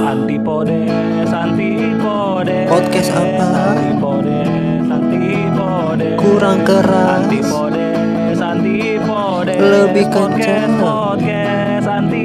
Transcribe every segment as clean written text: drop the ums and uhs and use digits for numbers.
Antipodes, antipodes. Podcast apa? Antipodes, antipodes. Kurang keras. Antipodes, antipodes. Lebih kencang. Podcast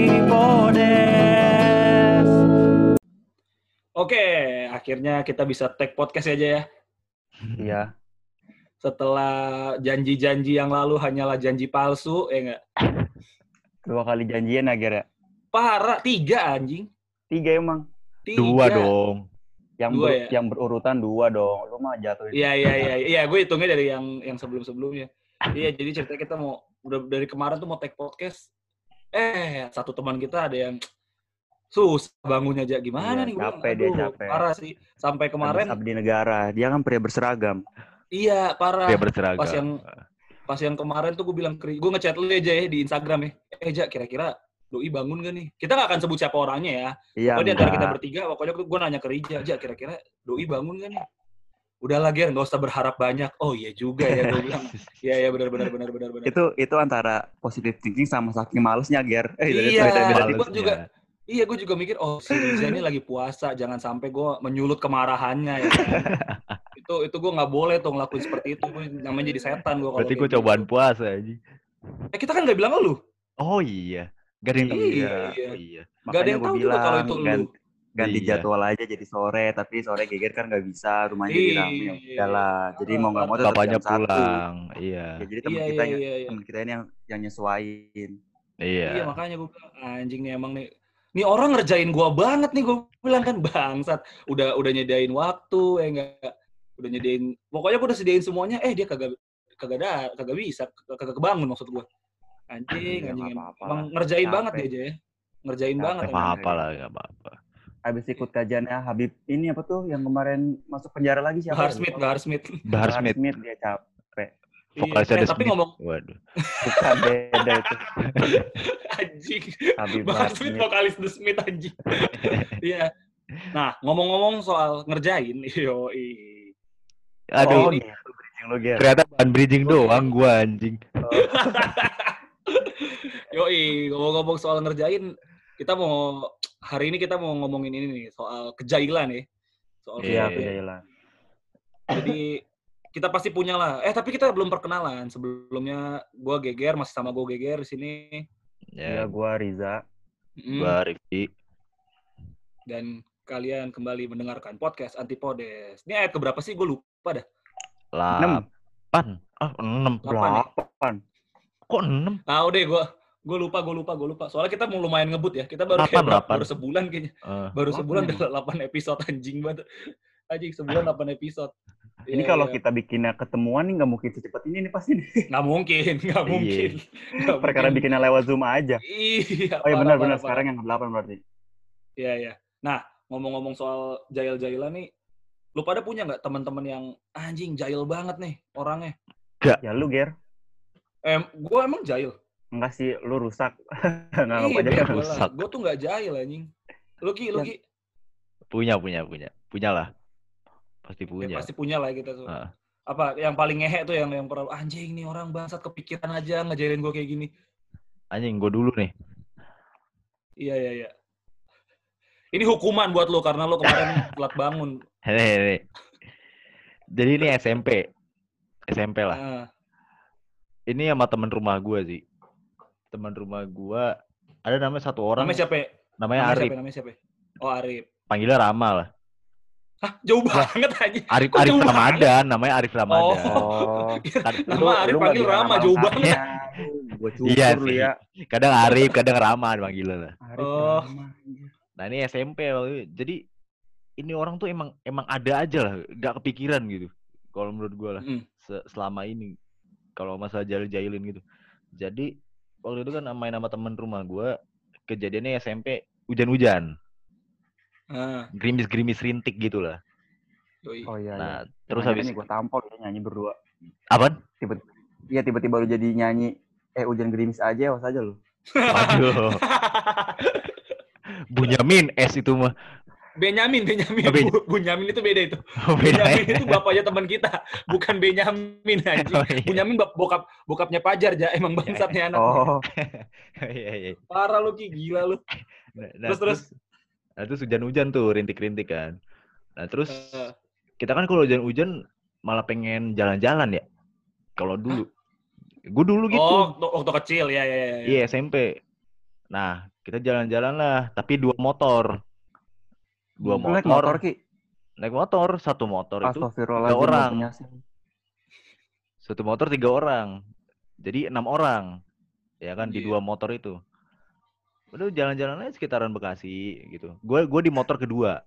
antipodes. Oke, akhirnya kita bisa tag podcast aja ya. Iya. Setelah janji-janji yang lalu hanyalah janji palsu, ya nggak? 2 kali janjian akhirnya. Parah, 3 anjing. 3 emang. 3. 2 dong. Yang berurutan 2 dong. Lu mah jatuh. Iya, gue hitungnya dari yang sebelum-sebelumnya. Iya, jadi ceritanya kita udah dari kemarin tuh mau take podcast. Satu teman kita ada yang susah bangunnya aja gimana Iya, nih, dia capek. parah sih. Sampai kemarin abdi negara. Dia kan pria berseragam. iya, parah. Dia berseragam. Pas yang kemarin tuh gue bilang gue ngechat lu aja ya di Instagram ya. Ja, kira-kira Doi bangun gak nih? Kita gak akan sebut siapa orangnya ya. Iya. Pokoknya di antara kita bertiga, pokoknya gue nanya ke Rija, Ja, kira-kira Doi bangun gak nih? Udahlah, Ger, gak usah berharap banyak. Oh iya juga ya, gue bilang. Iya, benar. Itu antara positive thinking sama saking malesnya, Ger. Gue juga mikir, oh si Riza ini lagi puasa, jangan sampai gue menyulut kemarahannya ya kan. itu gue nggak boleh tuh ngelakuin seperti itu, gue namanya jadi setan gue. Berarti gue cobaan puasa aja. Kita kan nggak bilang lu. Oh iya. Gak ada yang tahu. Iya. Gak ada yang tahu juga kalau itu lu. Ganti jadwal aja jadi sore, tapi sore Geger kan nggak bisa, rumahnya jadi rame. Udahlah, jadi mau nggak mau tetap bapaknya jam 1. pulang. Iya. Ya, jadi teman kita ini yang nyesuaiin. Iya. Makanya gue bilang anjing nih emang nih. Nih orang ngerjain gue banget nih, gue bilang kan bangsat. Udah nyediain waktu, udah nyediain. Pokoknya gue udah sediain semuanya. Dia kagak bisa, kagak kebangun maksud gue. Anjing. Emang ngerjain banget dia aja ya. Ngerjain banget. Gak apa-apa. Habis ikut kajiannya Habib ini apa tuh yang kemarin masuk penjara lagi siapa? Bahar Smith Dia capek. Vokalisnya ada tapi Smith. ngomong bukan beda itu. Anjing. Bahar Smith vokalis The Smith anjing. Iya. Nah, ngomong-ngomong soal ngerjain, yoi. Aduh, ternyata bahan bridging doang gua anjing. Yoi, ngomong-ngomong soal ngerjain, hari ini kita mau ngomongin ini nih, soal kejailan ya. Soal kejailan. Jadi kita pasti punya lah. Tapi kita belum perkenalan. Sebelumnya gua Geger, masih sama gua Geger di sini. Ya, gua Riza. Gua Rifki. Dan kalian kembali mendengarkan podcast Antipodes. Ini ayat keberapa sih? Gue lupa dah. 8. 6. 8. Kok 6? Ah, udah gue lupa. Soalnya kita mau lumayan ngebut ya. Kita baru 8. baru sebulan kayaknya. Baru sebulan udah 8 episode anjing banget. Anjing sebulan 8 episode. Ini kalau kita bikinnya ketemuan nih nggak mungkin secepat ini nih pasti nih. Nggak mungkin. Perkara bikinnya lewat Zoom aja. Iya. Oh iya benar. Sekarang yang ke-8 berarti. Iya. Nah, ngomong-ngomong soal jail-jailan nih, lu pada punya nggak teman-teman yang anjing jail banget nih orangnya? Gak. Ya lu, Ger. Gue emang jail. Enggak sih, lu rusak. Nganggap aja kan rusak. Gue tuh nggak jail anjing. Lu Ki. Punya lah. Pasti punya. Ya, pasti punya lah kita tuh. Apa yang paling ngehe tuh yang pernah anjing nih orang bangsat kepikiran aja ngejailin gue kayak gini. Anjing gue dulu nih. Iya. Ini hukuman buat lo karena lo kemarin telat bangun. Hehehe. Jadi ini SMP lah. Ini sama teman rumah gue sih. Teman rumah gue ada namanya satu orang. Namanya siapa? Namanya siapa? Oh, Arif. Panggilnya Rama lah. Hah, jauh banget aja. Arif Ramadan, namanya Arif Ramadan. Nama Arif panggil Rama jauh banget. Iya sih. Kadang Arif, kadang Rama dipanggil lah. Oh. Nah ini SMP waktu itu. Jadi ini orang tuh emang ada aja lah, gak kepikiran gitu. Kalau menurut gue lah, selama ini kalau masalah jailin gitu. Jadi waktu itu kan main sama temen rumah gue, kejadiannya SMP hujan-hujan, gerimis rintik gitulah. Oh iya. Nah terus habis ini gue tampol ya nyanyi berdua. Apaan? Tiba-tiba lu jadi nyanyi. Hujan gerimis aja, awas aja lu. Waduh. Bunyamin S itu mah. Benyamin. Bunyamin itu beda itu. Bunyamin itu bapaknya teman kita, bukan Benyamin anjing. Bunyamin bokapnya Pajar aja, emang bangsatnya anak. Oh. Iya. Parah lu Ki, gila lu. Terus Nah terus hujan-hujan tuh, rintik-rintik kan. Nah terus kita kan kalau hujan-hujan malah pengen jalan-jalan ya. Kalau dulu. Gue dulu gitu. Oh, waktu kecil ya. Iya SMP. Nah kita jalan-jalan lah, tapi 2 motor. 2 motor. Naik motor, Ki? Naik motor, 1 motor itu 3 Astagfirullahaladzim, orang. Satu 1 motor 3 orang. Jadi 6 orang. Ya kan di 2 motor itu. Udah jalan-jalan aja sekitaran Bekasi gitu. Gue di motor kedua.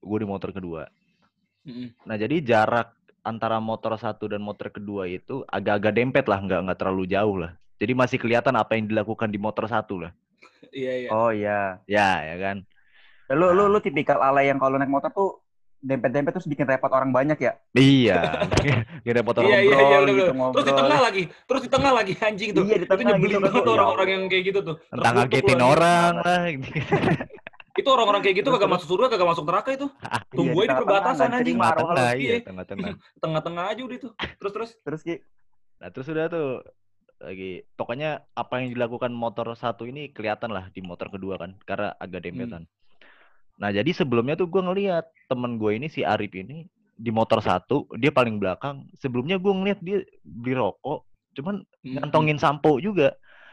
Nah jadi jarak antara motor 1 dan motor kedua itu agak-agak dempet lah, nggak terlalu jauh lah. Jadi masih kelihatan apa yang dilakukan di motor 1 lah. Iya. Oh iya. Ya kan. Lu tipikal alay yang kalau naik motor tuh dempet-dempet terus bikin repot orang banyak ya? Iya. Bikin repot orang ngobrol. Terus di tengah lagi anjing tuh. Iya, di tengah itu nyebelin banget orang-orang yang kayak gitu tuh. Entah ngagetin orang lah. Itu orang-orang kayak gitu kagak masuk surga, kagak masuk neraka itu. Tunggu aja di perbatasan anjing. Tengah-tengah aja udah itu. Terus Ki. Nah, terus udah tuh lagi pokoknya apa yang dilakukan motor 1 ini kelihatan lah di motor kedua kan karena agak dempetan. Nah, jadi sebelumnya tuh gue ngelihat temen gue ini si Arif ini di motor 1, dia paling belakang. Sebelumnya gue ngeliat dia beli rokok, cuman ngantongin sampo juga.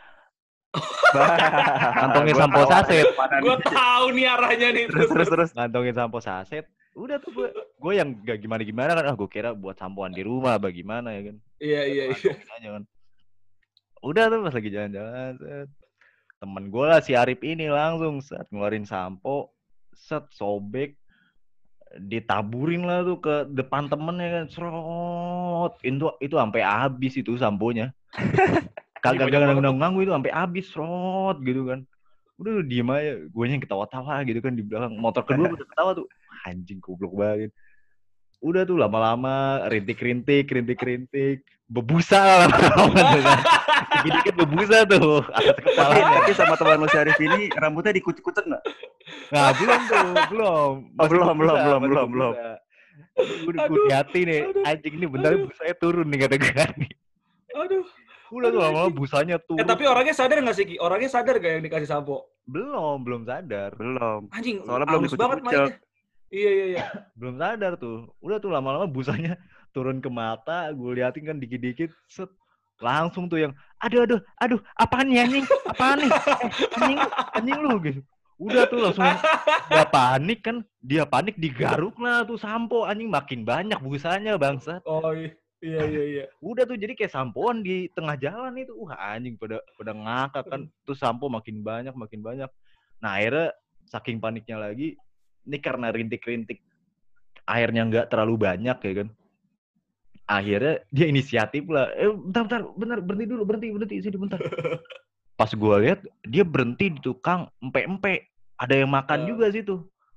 Ngantongin sampo saset. Gue tahu nih arahnya nih. Terus ngantongin sampo saset. Udah tuh gue yang gak gimana kan. Gue kira buat sampoan di rumah bagaimana ya kan. Iya. Kan. Udah tuh pas lagi jalan-jalan set. Temen gue lah si Arif ini langsung set ngeluarin sampo, set sobek, ditaburin lah tuh ke depan temennya kan. Serot. Itu sampai habis itu samponya. Kagak nanggung itu sampai habis serot gitu kan. Udah diem aja, gue yang ketawa-tawa gitu kan di belakang. Motor kedua udah ketawa tuh. Anjing goblok banget. Udah tuh lama-lama rintik-rintik, bebusa lama-lama tuh kan. Dikit-dikit bebusa tuh atas kepalanya. Tapi sama teman lu Syarif ini rambutnya dikucek-kucek enggak? Nah, belum. Belum. Gue hati nih, anjing ini bentar busanya turun nih kata gue. Aduh. Udah tuh lama-lama busanya turun. Tapi orangnya sadar nggak sih, Ki? Orangnya sadar gak yang dikasih sampo? Belum sadar. Belum. Anjing, soalnya belum dikucek-kucek. Iya. Belum sadar tuh. Udah tuh lama-lama busanya turun ke mata, gue liatin kan dikit-dikit, set. Langsung tuh yang, aduh, apaan nih anjing? Apaan nih? Anjing lu gitu. Udah tuh langsung dia panik digaruk lah tuh sampo, anjing makin banyak busanya bangsat. Oh iya. Udah tuh jadi kayak sampoan di tengah jalan itu. Anjing pada ngakak kan. Tuh sampo makin banyak. Nah akhirnya saking paniknya lagi, ini karena rintik-rintik airnya nggak terlalu banyak ya kan. Akhirnya dia inisiatif lah. Bentar, berhenti sini bentar. Pas gue lihat dia berhenti di tukang empe-empe. Ada yang makan juga situ.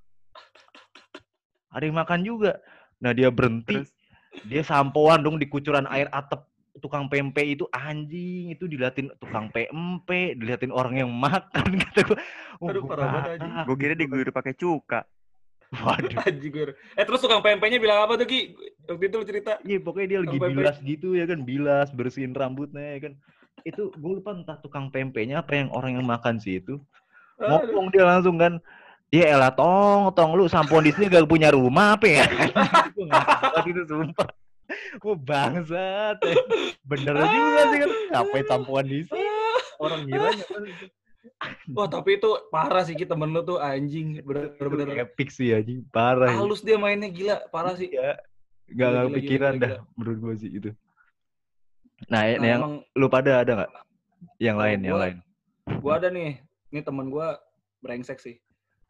Nah dia berhenti. Terus? Dia sampoan dong di kucuran air atap tukang pempe itu, anjing. Itu diliatin tukang pempe, diliatin orang yang makan gitu. Aduh parah banget anjing. Gue kira diguyur pakai cuka. Waduh. Anjing gue. Terus tukang pempenya bilang apa tuh Ki? Waktu itu lu cerita. Iya pokoknya dia lagi bilas gitu ya kan, bilas bersihin rambutnya ya kan. Itu gue lupa entah tukang pempenya apa yang orang yang makan sih itu. Ngomong dia langsung kan, dia elah tong lu sampoan di sini gak punya rumah apa ya? Gue nggak itu sumpah. Gue bangsat. Bener juga sih kan, ngapain sampoan di sini? Orang giranya. Wah tapi itu parah sih kita temen lu tuh anjing, bener-bener epic sih anjing, parah. Halus dia mainnya gila, parah sih. Ya, gak pikiran dah menurut gue sih itu. Nah yang emang, lu pada ada nggak? Yang lain. Gue ada nih, ini temen gue brengsek sih.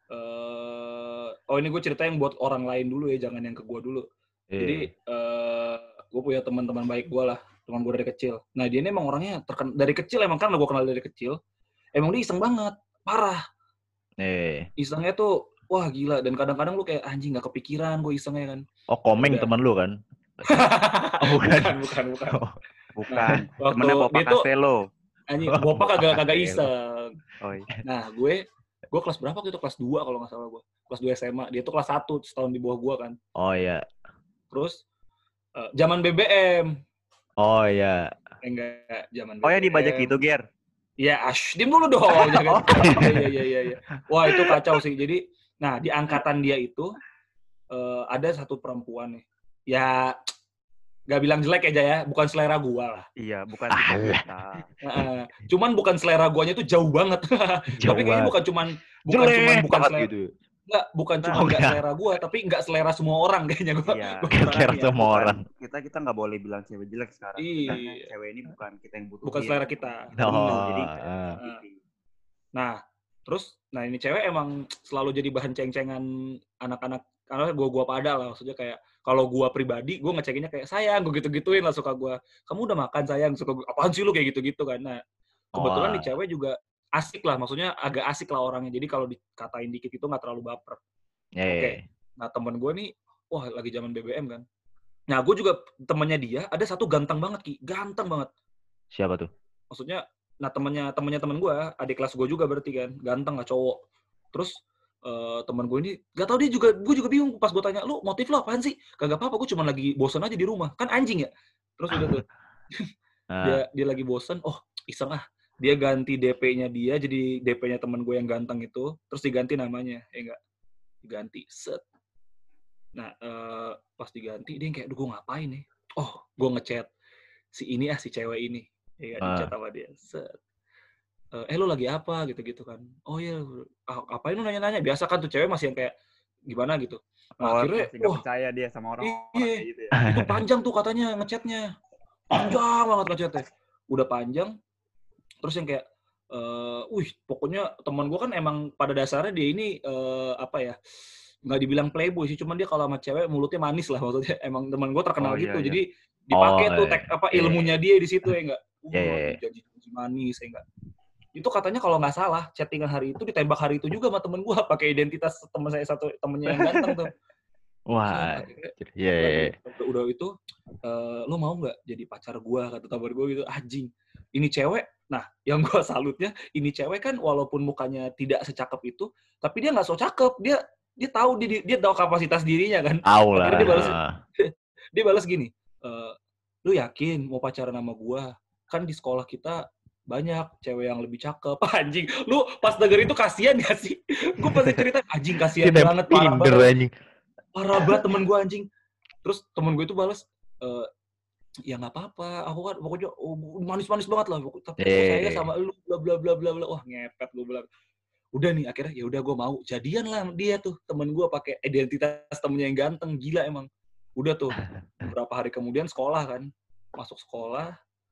Ini gue cerita yang buat orang lain dulu ya, jangan yang ke gue dulu. Jadi gue punya teman-teman baik gue lah, teman gue dari kecil. Nah dia ini emang orangnya dari kecil emang kan gue kenal dari kecil. Emang dia iseng banget, parah. Isengnya tuh, wah gila. Dan kadang-kadang lu kayak anjing gak kepikiran gue isengnya kan. Oh Komeng teman lu kan? Bukan. Bukan. Temennya Bapak Castello. Anjing, Bapak kagak iseng. Oh, iya. Nah gue kelas berapa waktu itu? Kelas 2 kalau gak salah gue. Kelas 2 SMA. Dia tuh kelas 1, setahun di bawah gue kan. Oh iya. Terus, zaman BBM. Oh iya. Enggak, zaman BBM. Oh ya dibajak gitu, Ger? Ya, diem dulu dong. Iya. Wah, itu kacau sih. Jadi, Nah, di angkatan dia itu ada satu perempuan nih. Ya, gak bilang jelek aja ya, bukan selera gua lah. Iya, bukan tipe kita. Cuman bukan selera guanya tuh jauh banget. Tapi kayaknya bukan cuman selera gitu. Bukan cuma nggak selera gua, tapi nggak selera semua orang kayaknya gua. Iya, selera semua orang. Kita nggak boleh bilang cewek jelek sekarang. Karena cewek ini bukan kita yang butuh. Bukan selera kita. Jadi Nah ini cewek emang selalu jadi bahan ceng-cengan anak-anak, karena gua pada lah, maksudnya kayak kalau gua pribadi gua ngecekinnya kayak sayang, gua gitu-gituin lah, suka gua, kamu udah makan sayang, suka gua, apaan sih lu kayak gitu-gitu kan. Nah kebetulan nih cewek juga asik lah, maksudnya agak asik lah orangnya, jadi kalau dikatain dikit itu nggak terlalu baper. Oke. Nah temen gue nih, wah lagi zaman BBM kan. Nah gue juga temennya dia ada satu ganteng banget Ki, ganteng banget. Siapa tuh? Maksudnya, nah temen gue, adik kelas gue juga berarti kan, ganteng lah cowok. Terus temen gue ini, gak tau gue juga bingung pas gue tanya, lu motif lo apaan sih? Kagak apa-apa, gue cuma lagi bosen aja di rumah, kan anjing ya. Terus udah tuh, dia lagi bosen, iseng ah. Dia ganti DP-nya dia jadi DP-nya temen gue yang ganteng itu, terus diganti namanya, enggak? Diganti, set. Nah, pas diganti, dia kayak, gue ngapain nih? Gue ngechat si cewek ini. Ya, di-chat sama dia. Set. Lu lagi apa? Gitu-gitu kan. Oh iya, apain lu nanya-nanya? Biasa kan tuh cewek masih yang kayak, gimana gitu. Nah, akhirnya, masih gak percaya dia sama orang. Iya, gitu ya. Itu panjang tuh katanya ngechatnya. Panjang banget ngechatnya. Udah panjang, terus yang kayak, pokoknya teman gue kan emang pada dasarnya dia ini nggak dibilang playboy sih, cuman dia kalau sama cewek mulutnya manis lah, maksudnya emang teman gue terkenal gitu. Iya. Jadi dipakai tuh ilmunya dia di situ ya enggak. Janji manis ya enggak. Itu katanya kalau nggak salah chattingan hari itu ditembak hari itu juga sama temen gue pakai identitas teman saya satu, temennya yang ganteng tuh. Wah, udah itu, lo mau nggak jadi pacar gue, kata temen gue gitu. Anjing, ini cewek. Nah, yang gue salutnya, ini cewek kan walaupun mukanya tidak secakep itu, tapi dia nggak so cakep. Dia tahu dia tahu kapasitas dirinya kan. Akhirnya dia balas gini, lu yakin mau pacaran sama gue? Kan di sekolah kita banyak cewek yang lebih cakep. Anjing, lu pas denger itu kasihan gak sih? Gue pasti cerita, anjing kasihan banget, parah banget temen gue anjing. Terus temen gue itu balas, ya nggak apa-apa, aku kan pokoknya manis-manis banget lah, tapi saya sama lu bla bla bla bla bla. Wah ngepet gue bilang. Udah nih akhirnya ya udah gue mau jadian lah dia tuh, temen gue pakai identitas temennya yang ganteng, gila emang. Udah tuh beberapa hari kemudian sekolah kan, masuk sekolah.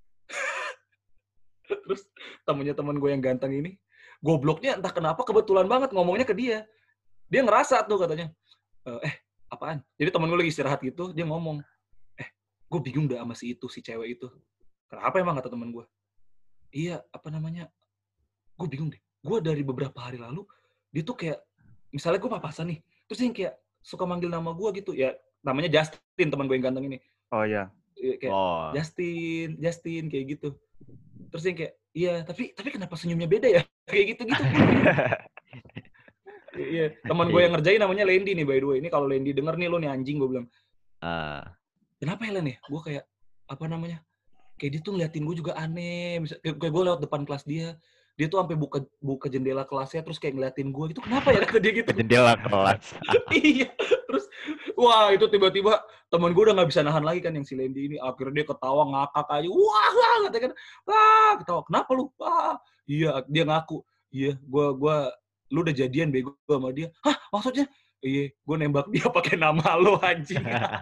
Terus temennya temen gue yang ganteng ini, gobloknya entah kenapa kebetulan banget ngomongnya ke dia. Dia ngerasa tuh katanya, apaan? Jadi temen gue lagi istirahat gitu, dia ngomong, gue bingung dah sama si cewek itu. Kenapa emang, kata temen gue? Iya, gue bingung deh. Gue dari beberapa hari lalu, dia tuh kayak, misalnya gue papasan nih, terus dia kayak suka manggil nama gue gitu. Ya, namanya Justin, temen gue yang ganteng ini. Oh iya. Kayak Justin, kayak gitu. Terus dia kayak, iya, tapi kenapa senyumnya beda ya? Kayak gitu-gitu. Iya, teman gue yang ngerjain namanya Lendi nih, by the way. Ini kalau Lendi denger nih, lo nih anjing, gue bilang. Kenapa ya, Len ya? Gue kayak, kayak dia tuh ngeliatin gue juga aneh. Kayak gue lewat depan kelas dia tuh sampai buka jendela kelasnya, terus kayak ngeliatin gue. Itu kenapa ya, kata dia gitu. Jendela kelas. Iya, terus, wah itu tiba-tiba teman gue udah gak bisa nahan lagi kan, yang si Lendi ini. Akhirnya dia ketawa, ngakak aja. Wah, katanya kan. Ketawa. Kenapa lu? Iya, dia ngaku. Iya, lu udah jadian bego sama dia. Hah, maksudnya? Iya, gue nembak dia pakai nama lo, anjing.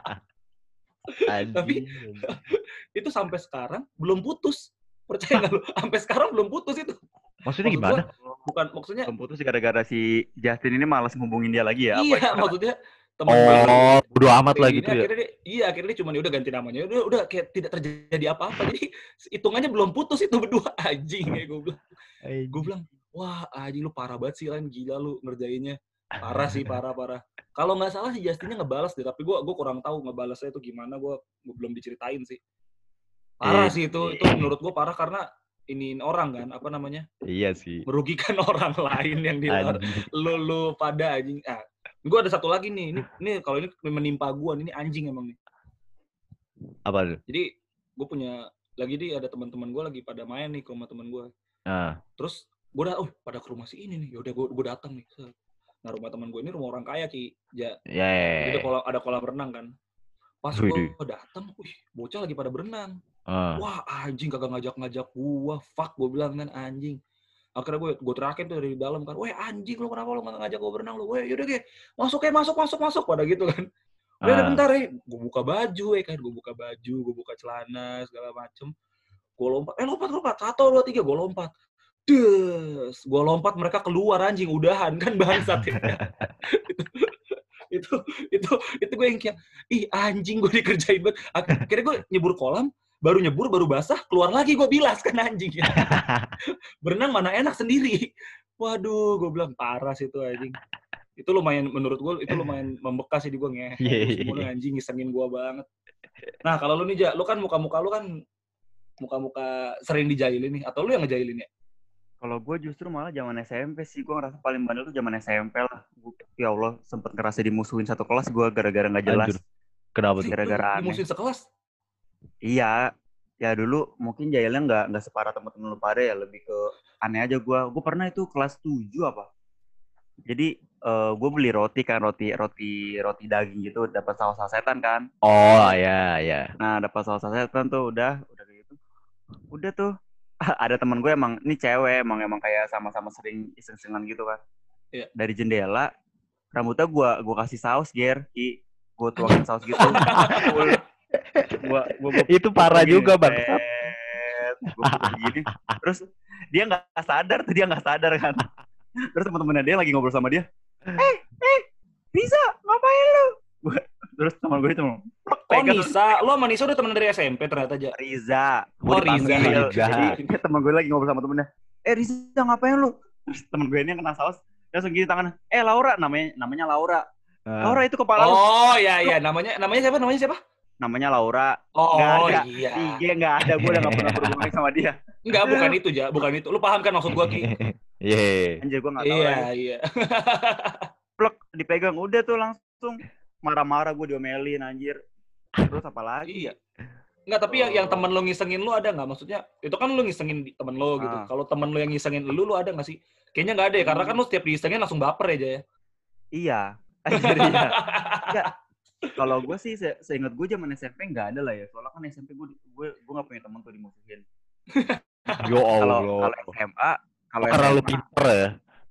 Tapi itu sampai sekarang belum putus. Percaya nggak lu? Sampai sekarang belum putus itu. Maksudnya gimana? Maksudnya belum putus gara-gara si Justin ini malas ngubungin dia lagi ya? Iya, maksudnya teman bodo amat lah gitu ya. Akhirnya dia cuma udah ganti namanya. Udah kayak tidak terjadi apa-apa. Jadi hitungannya belum putus itu berdua, anjing, kayak gue bilang. Gue bilang, wah anjing lu parah banget sih, Len, gila lu ngerjainnya. Parah sih, parah. Kalau nggak salah si Justinnya ngebalas deh, tapi gue kurang tahu ngebalasnya itu gimana, gue belum diceritain sih. Parah sih itu menurut gue parah karena iniin orang kan, Iya sih. Merugikan orang lain yang di luar lu pada anjing. Gue ada satu lagi nih. Ini kalau ini menimpa gue, ini anjing emang nih. Apa tuh? Jadi gue punya lagi ada teman-teman gue lagi pada main nih ke rumah teman gue. Terus gue udah pada ke rumah si ini nih. Yaudah gue datang nih. Nah rumah teman gue ini rumah orang kaya Ki. Yeah. Jadi ada kolam renang kan. Pas gue datang, bocah lagi pada berenang. Wah anjing kagak ngajak gue. Fuck gue bilang kan anjing. Akhirnya gue terakhir tuh dari dalam kan. Weh anjing lu kenapa lu gak ngajak gue berenang lu? Weh yaudah Ge. Masuk. Pada gitu kan. Udah bentar ya. Gue buka baju kan. Gue buka celana segala macem. Gue lompat. Lompat. 1, 2, 3. Gue lompat. Des, gue lompat mereka keluar anjing udahan kan bangsat ya. itu gue yang kayak anjing gue dikerjain banget. Akhirnya gue nyebur kolam, baru basah, keluar lagi gue bilas kan anjing ya. Berenang mana enak sendiri. Waduh, gue bilang parah sih itu anjing. Itu lumayan menurut gue itu lumayan membekas sih di gue ngehe. Semuanya anjing ngisengin gue banget. Nah, kalau lu nih Ja, lu kan muka-muka sering dijailin nih atau lu yang ngejailin ya? Kalau gue justru malah zaman SMP sih, gue ngerasa paling bandel tuh zaman SMP lah. Ya Allah, sempet ngerasa dimusuhin satu kelas gue gara-gara nggak jelas. Anjir. Kenapa tuh? Gara-gara aneh. Dimusuhin sekelas? Iya, ya dulu mungkin jahilnya nggak separah temen-temen lu pada ya, lebih ke aneh aja gue. Gue pernah itu kelas 7 apa. Jadi gue beli roti daging gitu, dapat saus sasetan kan. Oh ya. Nah dapat saus sasetan tuh udah gitu. Udah tuh. Ada temen gue emang ini cewek emang kayak sama-sama sering iseng-isengan gitu kan. Iya. Dari jendela rambutnya gue kasih saus gue tuangin saus gitu. gua itu parah juga bangsat. Gue gini terus dia nggak sadar kan. Terus teman-temannya dia lagi ngobrol sama dia. Bisa ngapain lu? Terus teman gue itu Nisa, lo sama Nisa udah temen dari SMP ternyata aja. Riza. Riza. Jadi temen gue lagi ngobrol sama temennya. Riza ngapain lu? Terus temen gue ini yang kena saus, dia langsung gini tangannya. Laura, namanya Laura. Laura itu kepala lu. Oh iya, namanya siapa? Namanya Laura. Oh gak ada. Iya. IG nggak ada, gue udah nggak pernah berhubungan sama dia. Enggak, bukan itu Ja, bukan itu. Lu paham kan maksud gue Ki? Iya. Anjir gue nggak tahu. Iya. Plek dipegang, udah tuh langsung marah-marah gue diomelin anjir. Terus apa lagi ya? Enggak, tapi yang temen lo ngisengin lu ada nggak? Maksudnya, itu kan lu ngisengin temen lo gitu. Kalau temen lo yang ngisengin lu ada nggak sih? Kayaknya nggak ada ya, karena kan lu setiap disengin langsung baper aja ya. Iya. Anjir iya. Enggak. Kalau gue sih, seingat gue zaman SMP nggak ada lah ya. Soalnya kan SMP gue nggak punya temen tuh dimusuhin. Yo Allah. Kalau SMA, karena lu pinter ya.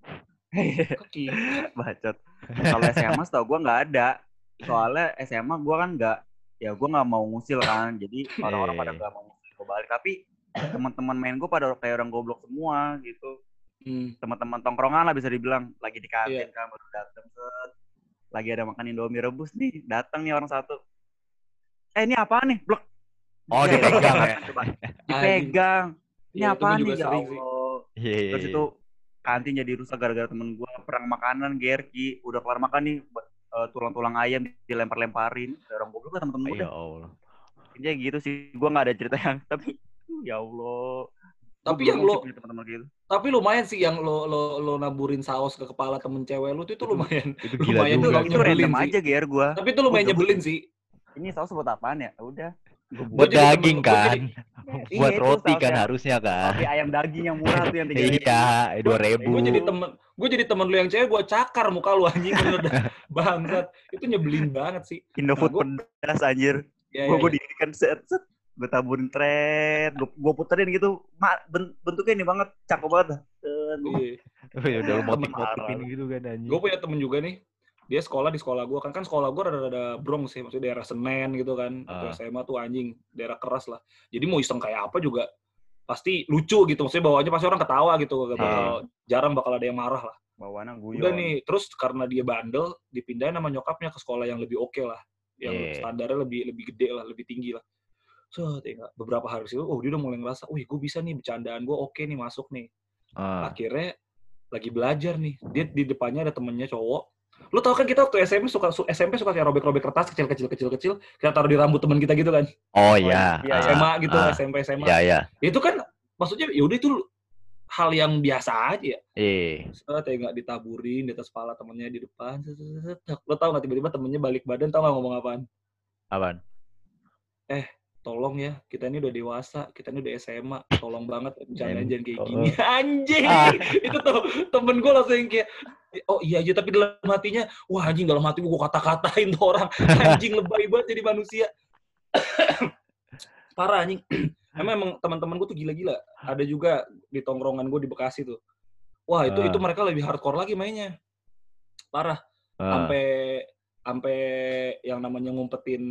Bacot. Kalau SMA setahu gue nggak ada. Soalnya SMA gue kan gue nggak mau ngusil kan, jadi orang-orang pada nggak mau ngusil gue balik. Tapi teman-teman main gue pada kayak orang goblok semua gitu. Teman-teman tongkrongan lah bisa dibilang, lagi di kantin kan baru dateng lagi ada makan Indomie rebus nih, datang nih orang satu. Ini apa nih? Blok. Oh dipegang ya. Dipegang. Ini apa nih ya Allah. Yeah. Terus itu kantin jadi rusak gara-gara temen gue perang makanan, Gerki udah kelar makan nih. Tulang-tulang ayam dilempar-lemparin. Orang goblok lah temen-temen gue. Ya Allah. Intinya gitu sih. Gue gak ada cerita yang tapi ya Allah. Tapi yang lo teman-teman gitu. Tapi lumayan sih yang lo naburin saus ke kepala temen cewek lu itu lumayan. Itu gila lumayan juga. Itu random aja Ger gue. Tapi itu lumayan nyebelin sih. Ini saus buat apaan ya? Udah. Buat daging kan. Buat roti kan harusnya kan. Roti ayam daging yang murah tuh yang 3.000. Iya, 2.000. Gue jadi temen lu yang cewek, gue cakar muka lu anjing bener bangsat. Itu nyebelin banget sih. Indofood pedas anjir. Gue dirikan set. Gue taburin tret, gue puterin gitu. Bentuknya ini banget, cakep banget. Udah motif-motifin gitu kan anjing. Gue punya temen juga nih. Dia sekolah di sekolah gue kan sekolah gue rada-rada Bronx sih, maksudnya daerah Senen gitu kan. SMA tuh anjing, daerah keras lah. Jadi mau iseng kayak apa juga pasti lucu gitu, maksudnya bawaannya pasti orang ketawa gitu. Jarang bakal ada yang marah lah. Bawaannya guyon. Udah nih, terus karena dia bandel, dipindahin sama nyokapnya ke sekolah yang lebih oke lah. Yang standarnya lebih gede lah, lebih tinggi lah. Beberapa hari itu, dia udah mulai ngerasa, gue bisa nih, bercandaan gue oke nih, masuk nih. Akhirnya lagi belajar nih, dia di depannya ada temennya cowok. Lo tau kan kita waktu SMP suka kayak robek-robek kertas kecil-kecil, kita taruh di rambut teman kita gitu kan? Oh iya. SMA gitu, SMP SMA. Iya. Itu kan maksudnya yaudah itu hal yang biasa aja ya. Iya. Ditaburin di atas kepala temennya di depan. Lo tau nggak tiba-tiba temennya balik badan, tau nggak ngomong apaan? Apaan? tolong ya, kita ini udah dewasa, kita ini udah SMA, tolong banget jangan kayak Oh. gini. Anjing. Itu tuh temen gue langsung yang kayak, oh iya aja, tapi dalam hatinya, wah anjing, dalam hati gue kata-katain tuh orang. Anjing, lebay banget jadi manusia. Parah anjing. Emang teman-teman gue tuh gila-gila. Ada juga di tongkrongan gue di Bekasi tuh. Wah, itu mereka lebih hardcore lagi mainnya. Parah. Sampai yang namanya ngumpetin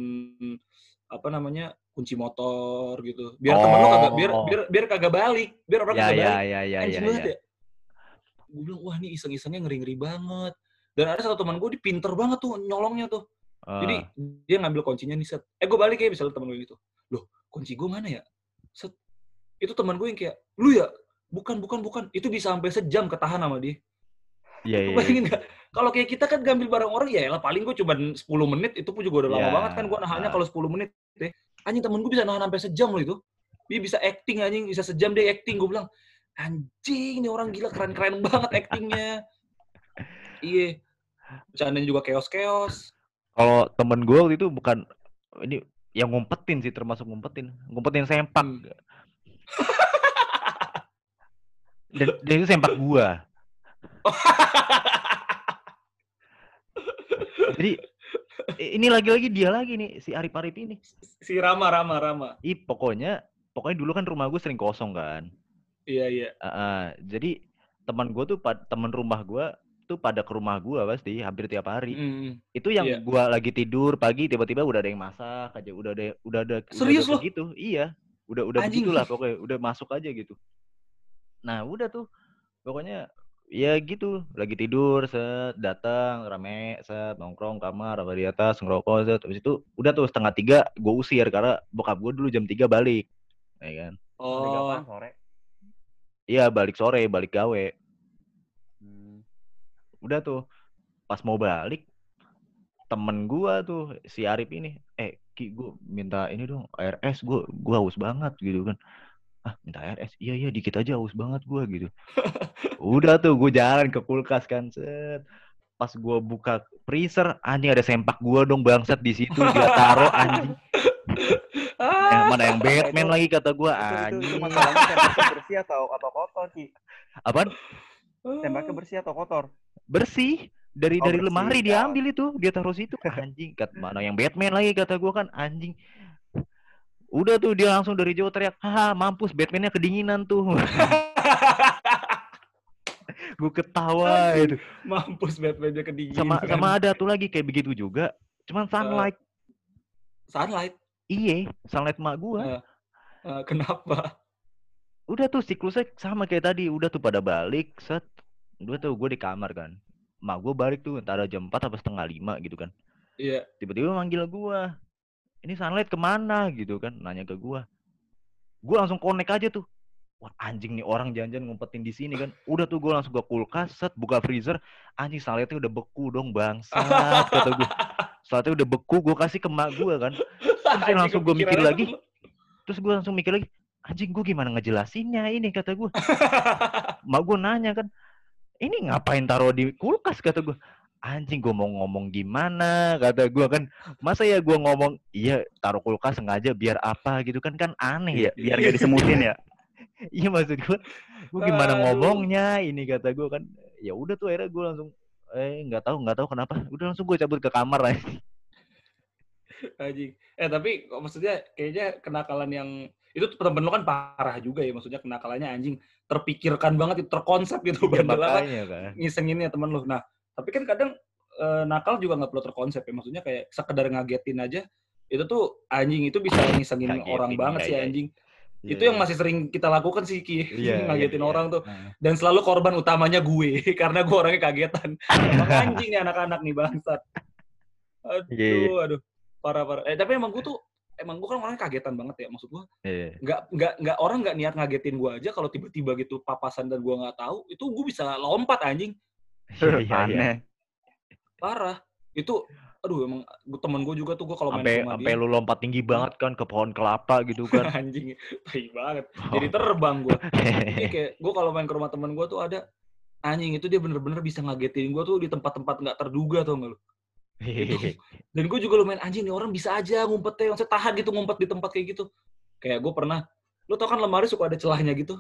kunci motor gitu. Biar temen lu kagak biar kagak balik, biar orang kagak balik. Anjing banget ya. Gue bilang, wah ini iseng-isengnya ngeri-ngeri banget. Dan ada satu teman gue, dia pinter banget tuh nyolongnya tuh. Jadi dia ngambil kuncinya nih, set. Gue balik ya, misalnya temen gue gitu. Loh, kunci gue mana ya? Set. Itu teman gue yang kayak, lu ya? Bukan. Itu bisa sampai sejam ketahan sama dia. Iya. Bayangin nggak? Kalau kayak kita kan ngambil barang orang, ya lah paling gue cuma 10 menit, itu pun juga udah lama banget kan gue nahannya kalau 10 menit. Anjing, temen gue bisa nahan sampai sejam loh itu. Dia bisa acting anjing, bisa sejam dia acting. Gue bilang, anjing, ini orang gila, keren-keren banget actingnya. Iya. Bercandanya juga keos-keos. Kalau temen gue waktu itu bukan, ini yang ngumpetin sih, termasuk ngumpetin sempak. Dan itu sempak gue. Jadi ini lagi-lagi dia lagi nih, si Arif ini. Si Rama. Pokoknya dulu kan rumah gue sering kosong kan. Iya. Jadi teman rumah gue tuh pada ke rumah gue pasti hampir tiap hari. Itu yang gue lagi tidur pagi, tiba-tiba udah ada yang masak aja, udah ada serius loh gitu. Iya, udah begitulah pokoknya, udah masuk aja gitu. Nah udah tuh pokoknya ya gitu, lagi tidur, set, datang, rame, set, nongkrong, kamar, apa di atas, ngerokok, set. Habis itu, udah tuh 2:30 gue usir, karena bokap gue dulu jam 3 balik. Ya kan? Balik apaan, sore? Iya, balik sore, balik gawe. Udah tuh, pas mau balik, temen gue tuh, si Arif ini, Ki, gue minta ini dong, air es, gue haus banget gitu kan. Minta air es, iya dikit aja, haus banget gue gitu. Udah tuh gue jalan ke kulkas kan, set. Pas gue buka freezer, anjing ada sempak gue dong bangsat di situ, dia taruh anjing. Mana yang Batman lagi kata gue, anjing. Itu masalahnya sempaknya bersih atau kotor Ki? Apaan? Sempaknya bersih atau kotor? Bersih. Dari lemari diambil itu, dia taruh situ, anjing. Mana yang Batman lagi kata gue kan, anjing. Udah tuh dia langsung dari jauh teriak, haha mampus Batman-nya kedinginan tuh. Gue ketawa itu. Mampus Batman-nya kedinginan. Sama ada tuh lagi kayak begitu juga. Cuman sunlight. Sunlight? Iya, sunlight mak gue. Kenapa? Udah tuh siklusnya sama kayak tadi. Udah tuh pada balik, set. Udah tuh gue di kamar kan. Mak gue balik tuh antara jam 4 atau 4:30 gitu kan. Iya. Tiba-tiba manggil gue. Ini sunlight kemana gitu kan, nanya ke gue langsung connect aja tuh, wah anjing nih orang jangan-jangan ngumpetin di sini kan. Udah tuh gue langsung ke kulkas, set, buka freezer, anjing sunlightnya udah beku dong bangsat, kata gue. Sunlightnya udah beku, gue kasih ke mak gue kan. Terus langsung gue mikir lagi, anjing gue gimana ngejelasinnya ini, kata gue. Mak gue nanya kan, ini ngapain taruh di kulkas, kata gue. Anjing gue mau ngomong gimana, kata gue kan. Masa ya gue ngomong iya taruh kulkas sengaja biar apa gitu kan aneh ya, biar gak disemutin ya. Iya maksud gue gimana ngomongnya ini, kata gue kan. Ya udah tuh akhirnya gue langsung nggak tahu kenapa, udah langsung gue cabut ke kamar aja. Anjing. Tapi maksudnya kayaknya kenakalan yang itu temen lu kan parah juga ya, maksudnya kenakalannya anjing terpikirkan banget, terkonsep gitu, bandel apa ngisenginnya temen lu. Nah tapi kan kadang nakal juga nggak perlu terkonsep ya, maksudnya kayak sekedar ngagetin aja itu tuh anjing itu bisa ngisengin orang banget sih anjing. Itu yang masih sering kita lakukan sih Ki, ngagetin orang tuh. Dan selalu korban utamanya gue karena gue orangnya kagetan. Emang anjing nih anak-anak nih bangsat. Aduh parah. Tapi emang gue kan orangnya kagetan banget ya, maksud gue. Nggak orang nggak niat ngagetin gue aja, kalau tiba-tiba gitu papasan dan gue nggak tahu, itu gue bisa lompat anjing. Aneh. Parah. Itu emang temen gue juga tuh, gue kalau main rumah dia. Sampai lu lompat tinggi banget kan ke pohon kelapa gitu kan. Anjing, tai banget. Jadi terbang gue. Jadi kayak gue kalau main ke rumah temen gue tuh ada anjing itu, dia bener-bener bisa ngagetin gue tuh di tempat-tempat nggak terduga, tau nggak lu? Dan gue juga lumayan anjing nih orang bisa aja ngumpetnya, maksudnya tahan gitu ngumpet di tempat kayak gitu. Kayak gue pernah, lu tau kan lemari suka ada celahnya gitu.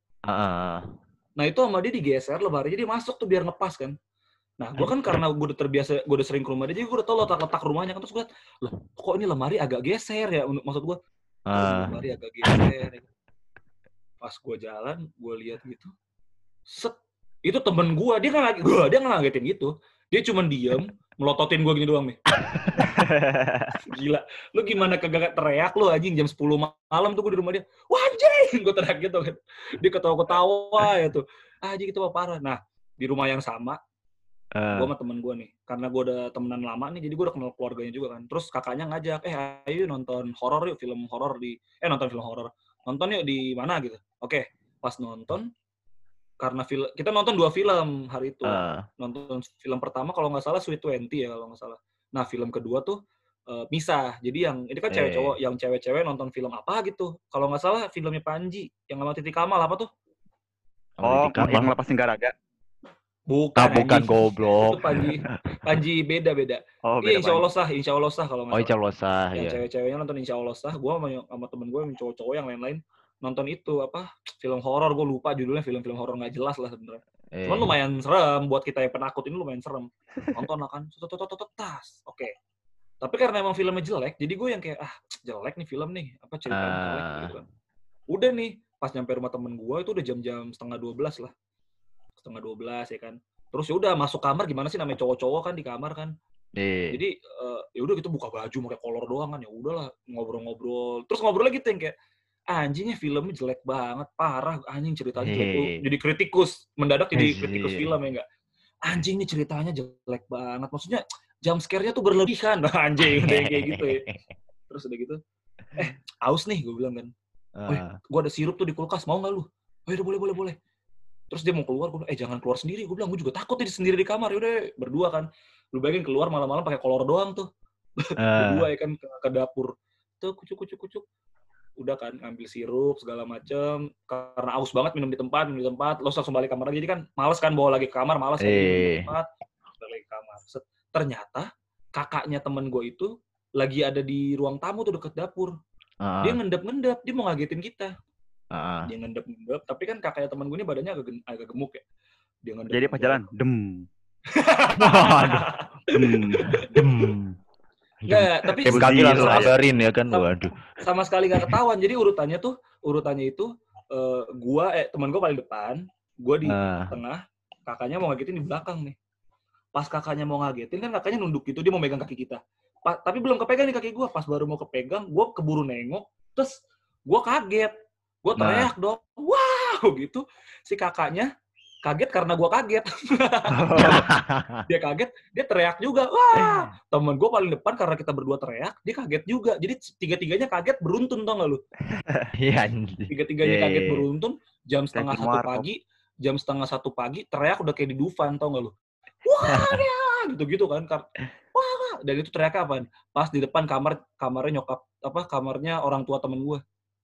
Nah itu sama dia digeser lemari, jadi masuk tuh biar ngepas kan. Nah gue kan karena gue udah terbiasa, gue udah sering ke rumah dia, jadi gue udah tau letak-letak rumahnya kan. Terus gue liat, loh kok ini lemari agak geser ya, maksud gue. Lemari agak geser. Pas gue jalan, gue lihat gitu, set, itu temen gue, dia nggak ngagetin gitu. Dia cuma diem, melototin gue gini doang nih. Gila, lu gimana kagak teriak lu anjing jam 10 malam tuh gue di rumah dia. Wah anjing, gue teriak gitu kan. Dia ketawa-ketawa ya tuh. Anjing itu parah. Nah, di rumah yang sama, gue sama temen gue nih. Karena gue udah temenan lama nih, jadi gue udah kenal keluarganya juga kan. Terus kakaknya ngajak, ayo nonton horor yuk, film horor di... nonton film horor. Nonton yuk di mana gitu. Oke, pas nonton, karena kita nonton 2 film hari itu. Nonton film pertama kalau nggak salah Sweet 20 ya kalau nggak salah. Nah film kedua tuh misah. Jadi yang ini kan cewek cowok, yang cewek-cewek nonton film apa gitu. Kalau nggak salah filmnya Panji yang sama Titi Kamal apa tuh? Oh, yang lepasin garaga. Bukan goblok. Itu Panji beda. Oh, iya Insya Allah sah kalau nggak salah. Insya Allah sah. Yang ya. cewek-ceweknya nonton Insya Allah sah. Gue sama temen gue yang cowok-cowok yang lain-lain nonton itu apa film horor, gue lupa judulnya, film horor nggak jelas lah sebenarnya. Cuman lumayan serem buat kita yang penakut ini, lumayan serem. Nonton lah kan, tas, oke. Tapi karena emang filmnya jelek, jadi gue yang kayak jelek nih film nih, apa ceritanya jelek gitu kan. Udah nih, pas nyampe rumah temen gue itu udah jam 11:30 lah, 11:30 ya kan. Terus ya udah masuk kamar, gimana sih namanya cowok-cowok kan di kamar kan. Jadi ya udah gitu buka baju pakai kolor doang kan, ya udahlah ngobrol-ngobrol. Terus ngobrol lagi tuh yang kayak anjingnya filmnya jelek banget, parah anjing ceritanya jelek. Jadi kritikus, mendadak jadi kritikus film ya enggak. Anjing nih ceritanya jelek banget. Maksudnya jump scare-nya tuh berlebihan. Anjing udah kayak gitu ya. Terus udah gitu, aus nih gue bilang kan. Gue ada sirup tuh di kulkas, mau nggak lu? Oh udah boleh. Terus dia mau keluar, gue bilang, jangan keluar sendiri. Gue bilang, gue juga takut nih sendiri di kamar. Yaudah berdua kan. Lu bayangin keluar malam-malam pakai kolor doang tuh. Berdua ya kan ke dapur. Tuh kucuk. Udah kan ngambil sirup segala macem, karena aus banget minum di tempat, lo langsung balik kamar lagi. Jadi kan males kan bawa lagi ke kamar, males kan minum di tempat, balik ke kamar. Ternyata kakaknya temen gue itu lagi ada di ruang tamu tuh deket dapur. Dia ngendap, dia mau ngagetin kita. Dia ngendap, tapi kan kakaknya temen gue ini badannya agak gemuk ya. Dia ngendap. Jadi pas jalan, dem. Nggak, tapi sekali langsung kabarin ya kan. Waduh. Sama sekali nggak ketahuan. Jadi urutannya itu teman gue paling depan, gue di tengah, kakaknya mau ngagetin di belakang nih. Pas kakaknya mau ngagetin kan kakaknya nunduk gitu, dia mau megang kaki kita. Tapi belum kepegang nih kaki gue. Pas baru mau kepegang, gue keburu nengok, terus gue kaget, gue teriak dong, wow gitu. Si kakaknya kaget karena gue kaget. Dia kaget, dia teriak juga. Wah, temen gue paling depan karena kita berdua teriak, dia kaget juga. Jadi tiga-tiganya kaget beruntun, tau gak lu? Tiga-tiganya kaget beruntun, jam setengah 1 pagi, teriak udah kayak di Dufan, tau gak lu? Wah, dia! Gitu-gitu kan. Wah, dan itu teriaknya apaan? Pas di depan kamarnya kamarnya orang tua temen gue.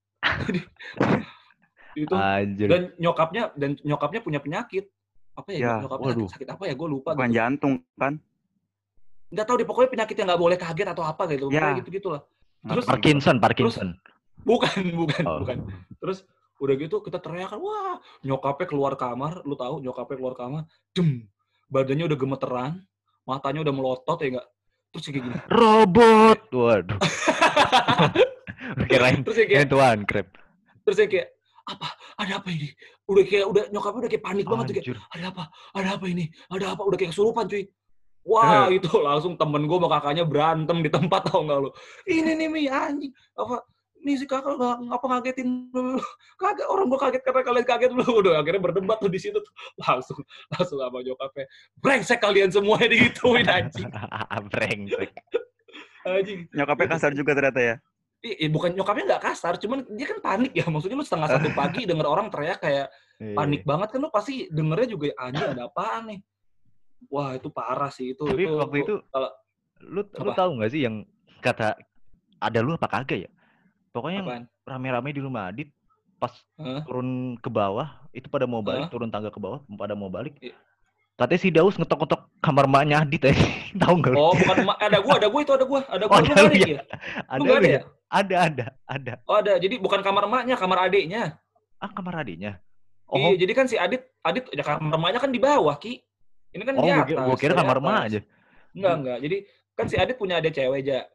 Itu dan nyokapnya punya penyakit apa ya, nyokapnya sakit apa ya, gue lupa. Bukan gitu. Jantung kan, nggak tahu deh, pokoknya penyakit yang nggak boleh kaget atau apa gitu ya. Kayak gitulah. Terus Parkinson terus, bukan. Terus udah gitu kita teriakan, wah, nyokapnya keluar kamar, lu tahu nyokapnya keluar kamar, badannya udah gemeteran, matanya udah melotot ya enggak. Terus kayak gini, robot, waduh. Kirain tuan krep. Terus kayak apa? Ada apa ini? Udah nyokapnya udah kayak panik banget tuh, kayak ada apa ini? Ada apa? Udah kayak kesurupan cuy. Wah, itu langsung temen gue sama kakaknya berantem di tempat, tau nggak lu? Ini nih Mi, anjing. Apa? Nih si kakak ngapa ngagetin lu? Kagak, orang gue kaget karena kalian kaget lu. Udah akhirnya berdebat tuh di situ tuh. Langsung sama nyokapnya. Brengsek kalian semuanya digituin anjing. Brengsek. Anjing. Nyokapnya kasar juga ternyata ya. Bukan nyokapnya nggak kasar, cuman dia kan panik ya. Maksudnya lu 1:30 pagi denger orang teriak kayak panik banget kan, lu pasti dengernya juga anjing ada apaan nih. Wah itu parah sih itu. Tapi waktu itu lu tahu nggak sih yang kata ada lu apa kagak ya? Pokoknya yang rame-rame di rumah Adit pas turun ke bawah itu pada mau balik, turun tangga ke bawah pada mau balik. Katanya si Daus ngetok-ngetok kamar maknya Adit ya. Tahu nggak lu? Oh, bukan ada gua. Ada gua. Oh, Lu ada nggak lu ada ya? ya? Ada Lu nggak lu ada ya? ya? Ada. Oh, ada. Jadi bukan kamar emaknya, kamar adiknya. Ah, kamar adiknya. Iya, Oh, jadi kan si Adit ya kamar emaknya kan di bawah, Ki. Ini kan di gua atas, kira dari kamar emak atas. aja. Enggak. Jadi kan si Adit punya adik cewek aja.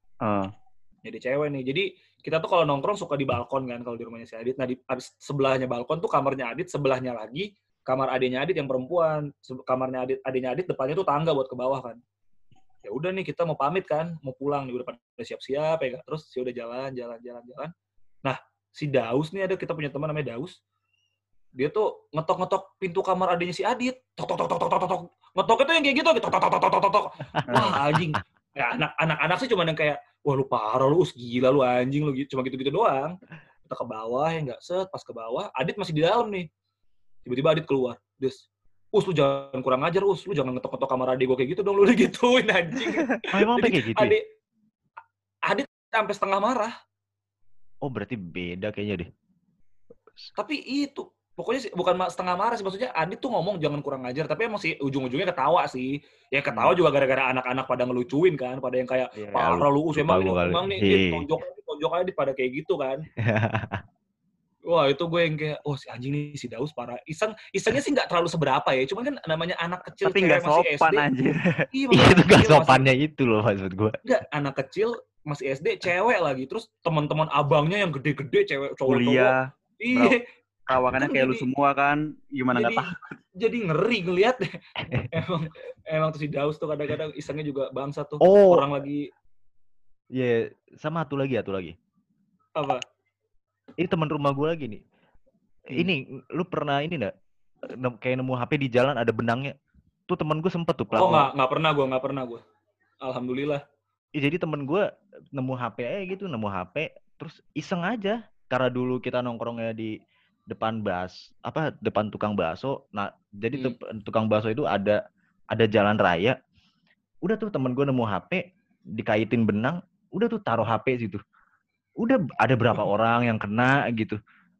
Jadi cewek nih. Jadi kita tuh kalau nongkrong suka di balkon kan kalau di rumahnya si Adit. Nah, di sebelahnya balkon tuh kamarnya Adit, sebelahnya lagi kamar adiknya Adit yang perempuan. Kamarnya adiknya Adit depannya tuh tangga buat ke bawah kan. Ya udah nih kita mau pamit kan, mau pulang nih udah pada siap-siap ya. Terus ya udah jalan. Nah, si Daus nih kita punya teman namanya Daus. Dia tuh ngetok-ngetok pintu kamar adiknya si Adit. Tok. Ngetoknya tuh yang kayak gitu. Tok. Wah, anjing. Ya, anak-anak sih cuma yang kayak, wah lu parah lu, gila lu anjing lu, cuma gitu-gitu doang. Kita ke bawah ya nggak pas ke bawah, Adit masih di dalam nih. Tiba-tiba Adit keluar, lu jangan kurang ajar, lu jangan ngetok-ngetok kamar adik gue kayak gitu dong, lu digituin anjing. Oh, emang kayak gitu ya? Adit sampai setengah marah. Oh, berarti beda kayaknya deh. Tapi itu, pokoknya sih, bukan setengah marah sih, maksudnya Adit tuh ngomong jangan kurang ajar, tapi emang sih ujung-ujungnya ketawa sih. Ya ketawa juga gara-gara anak-anak pada ngelucuin kan, pada yang kayak, parah lu, emang nih, tonjok aja pada kayak gitu kan. Wah, itu gue yang kayak, si anjing nih, si Daus parah. Isengnya sih nggak terlalu seberapa ya, cuman kan namanya anak kecil tapi nggak sopan SD, anjir. Iya, itu nggak sopannya itu loh maksud gue. Nggak, anak kecil masih SD, cewek lagi, terus teman-teman abangnya yang gede-gede, cewek cowok-cowok. Kuliah. Iya. Perawakannya kayak lu semua kan, gimana nggak takut. Jadi ngeri ngelihat deh. emang tuh si Daus tuh kadang-kadang isengnya juga bangsa tuh. Oh. Orang lagi. Iya, sama satu lagi. Apa? Ini teman rumah gue lagi nih. Ini, lu pernah ini nggak? Kayak nemu HP di jalan ada benangnya. Tuh temen gue sempet tuh. Oh, nggak pernah gue. Alhamdulillah. Jadi temen gue nemu HP aja gitu, terus iseng aja. Karena dulu kita nongkrongnya di depan depan tukang bakso. Nah, jadi tukang bakso itu ada jalan raya. Udah tuh temen gue nemu HP, dikaitin benang, udah tuh taruh HP situ. Udah ada berapa orang yang kena gitu.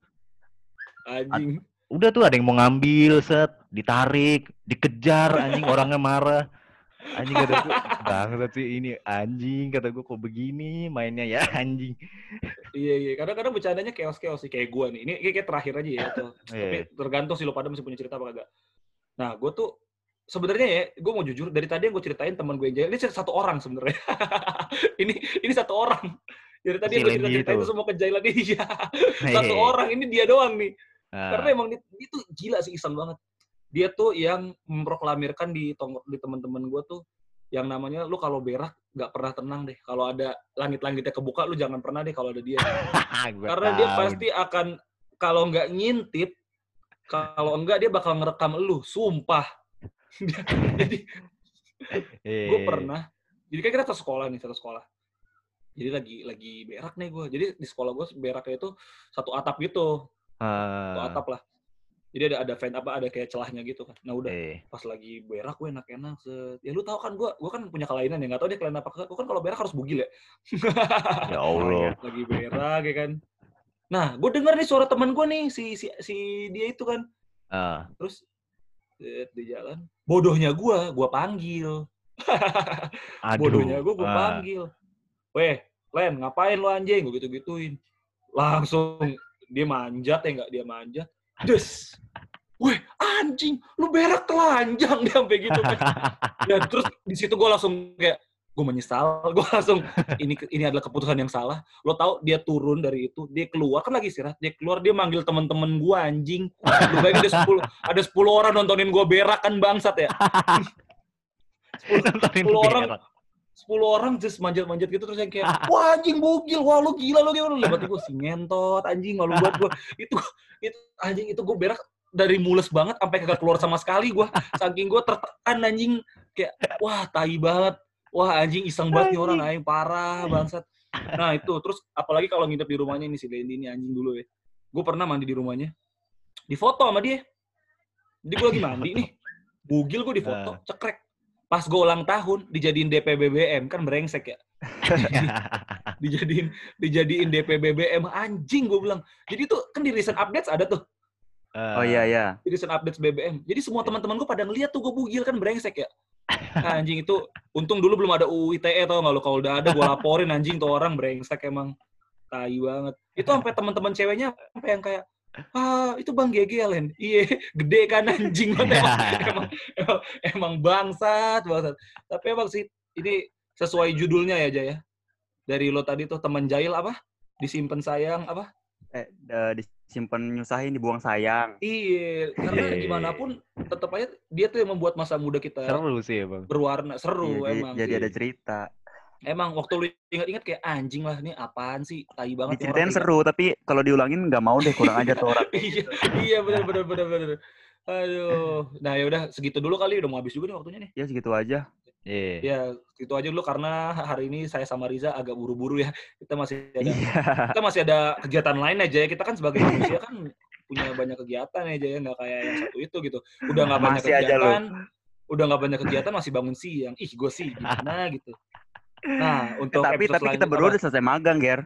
Anjing. Udah tuh ada yang mau ngambil, ditarik, dikejar, anjing orangnya marah. Anjing kata gue, banget sih ini anjing, kata gue kok begini mainnya ya anjing. Iya. Kadang-kadang bercandanya chaos sih kayak gue nih. Ini kayak terakhir aja ya tuh. Tapi tergantung sih lo pada masih punya cerita apa kagak. Nah, gue tuh sebenarnya ya, gue mau jujur dari tadi yang gue ceritain teman gue yang jalan, ini satu orang sebenarnya. ini satu orang. Dari tadi yang gue ceritain itu semua kejailan dia. Satu orang, ini dia doang nih. Karena emang dia tuh gila sih, iseng banget. Dia tuh yang memproklamirkan di teman-teman gue tuh yang namanya lu kalau berak nggak pernah tenang deh. Kalau ada langit-langitnya kebuka, lu jangan pernah deh kalau ada dia. Karena dia pasti akan, kalau nggak ngintip, kalau enggak dia bakal ngerekam lu, sumpah. Jadi gue pernah, jadi kan kita satu sekolah. Jadi lagi berak nih gue. Jadi di sekolah gue beraknya itu satu atap gitu. Satu atap lah. Jadi ada vent ada kayak celahnya gitu kan. Nah udah pas lagi berak gue enak-enak. Ya lu tahu kan gue kan punya kelainan ya, nggak tahu dia kelainan apa. Gue kan kalau berak harus bugil ya. Ya Allah. Lagi berak ya kan. Nah gue denger nih suara teman gue nih si dia itu kan. Terus di jalan, bodohnya gue panggil. Bodohnya gue panggil. Weh, Len, ngapain lo anjing? Gue gitu-gituin. Langsung dia manjat ya nggak? Dia manjat. Des. Weh, anjing, lu berak telanjang dia sampai gitu kan. Ya terus di situ gue langsung kayak gue menyesal. Gue langsung ini adalah keputusan yang salah. Lo tau dia turun dari itu, dia keluar kan lagi istirahat. Dia keluar, dia manggil temen-temen gue anjing. Lu bayangin ada 10 orang nontonin gue berak kan bangsat ya. 10 orang just manjat-manjat gitu terus yang kayak, wah anjing bugil, wah lu gila lu gimana? Lebat gue si ngentot anjing, malu buat gue. Itu anjing itu gue berak dari mules banget sampai kagak keluar sama sekali gue. Saking gue tertekan anjing kayak wah tai banget. Wah anjing iseng banget nih orang anjing parah bangsat. Nah itu terus apalagi kalau nginep di rumahnya ini si Lendi ini anjing dulu ya. Gue pernah mandi di rumahnya. Difoto sama dia. Jadi gue lagi mandi nih. Bugil gue difoto, cekrek. Pas gue ulang tahun dijadiin DP BBM kan brengsek ya. dijadiin DP BBM anjing gue bilang. Jadi tuh kan di recent updates ada tuh. Oh iya. Recent updates BBM. Jadi semua teman-teman gue pada ngeliat tuh gue bugil kan brengsek ya. Anjing itu, untung dulu belum ada UU ITE tau nggak lo, kalau udah ada gue laporin anjing tuh orang brengsek emang. Tai banget. Itu sampai teman-teman ceweknya sampai yang kayak, itu Bang Gegel, Len. Iya, gede kan anjing banget emang bangsat. Tapi emang sih ini sesuai judulnya ya, Jaya. Dari lo tadi tuh teman jahil apa? Disimpan sayang apa? Disimpan nyusahin, dibuang sayang. Iya, karena gimana pun tetap aja dia tuh yang membuat masa muda kita seru sih Bang. Berwarna, seru emang. Jadi ada cerita. Emang waktu lu ingat-ingat kayak anjing lah, ini apaan sih, tai banget. Diceritain seru, tapi kalau diulangin nggak mau deh, kurang aja tuh orang. Iya benar. Aduh, nah ya udah segitu dulu kali, udah mau habis juga nih waktunya nih. Ya segitu aja. Ya segitu aja dulu karena hari ini saya sama Riza agak buru-buru ya. Kita masih ada kegiatan lain aja ya. Kita kan sebagai manusia kan punya banyak kegiatan aja ya, nggak kayak yang satu itu gitu. Udah nggak banyak kegiatan, masih bangun siang. Ih, gue sih gimana gitu. Nah, untuk tapi kita berdua udah selesai magang, Ger.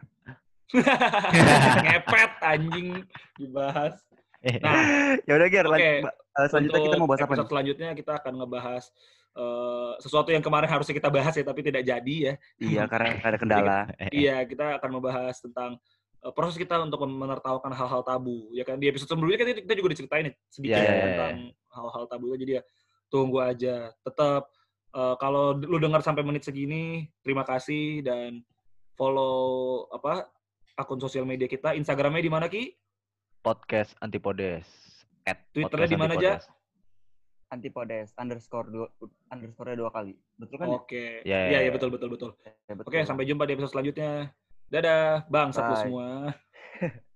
Ngepet anjing dibahas. Nah, ya udah Ger, selanjutnya kita mau bahas apa nih? Selanjutnya kita akan ngebahas sesuatu yang kemarin harusnya kita bahas ya, tapi tidak jadi ya. Iya, karena ada kendala. Iya, kita akan membahas tentang proses kita untuk menertawakan hal-hal tabu. Ya kan, di episode sebelumnya kan kita juga diceritain sedikit tentang hal-hal tabu. Jadi ya, tunggu aja. Tetap kalau lu dengar sampai menit segini, terima kasih dan follow akun sosial media kita. Instagramnya di mana, Ki? Podcast Antipodes. Twitternya di mana aja? Antipodes _2 kali. Betul kan? Oke. Iya, betul. Oke, sampai jumpa di episode selanjutnya. Dadah, bangsat lu semua.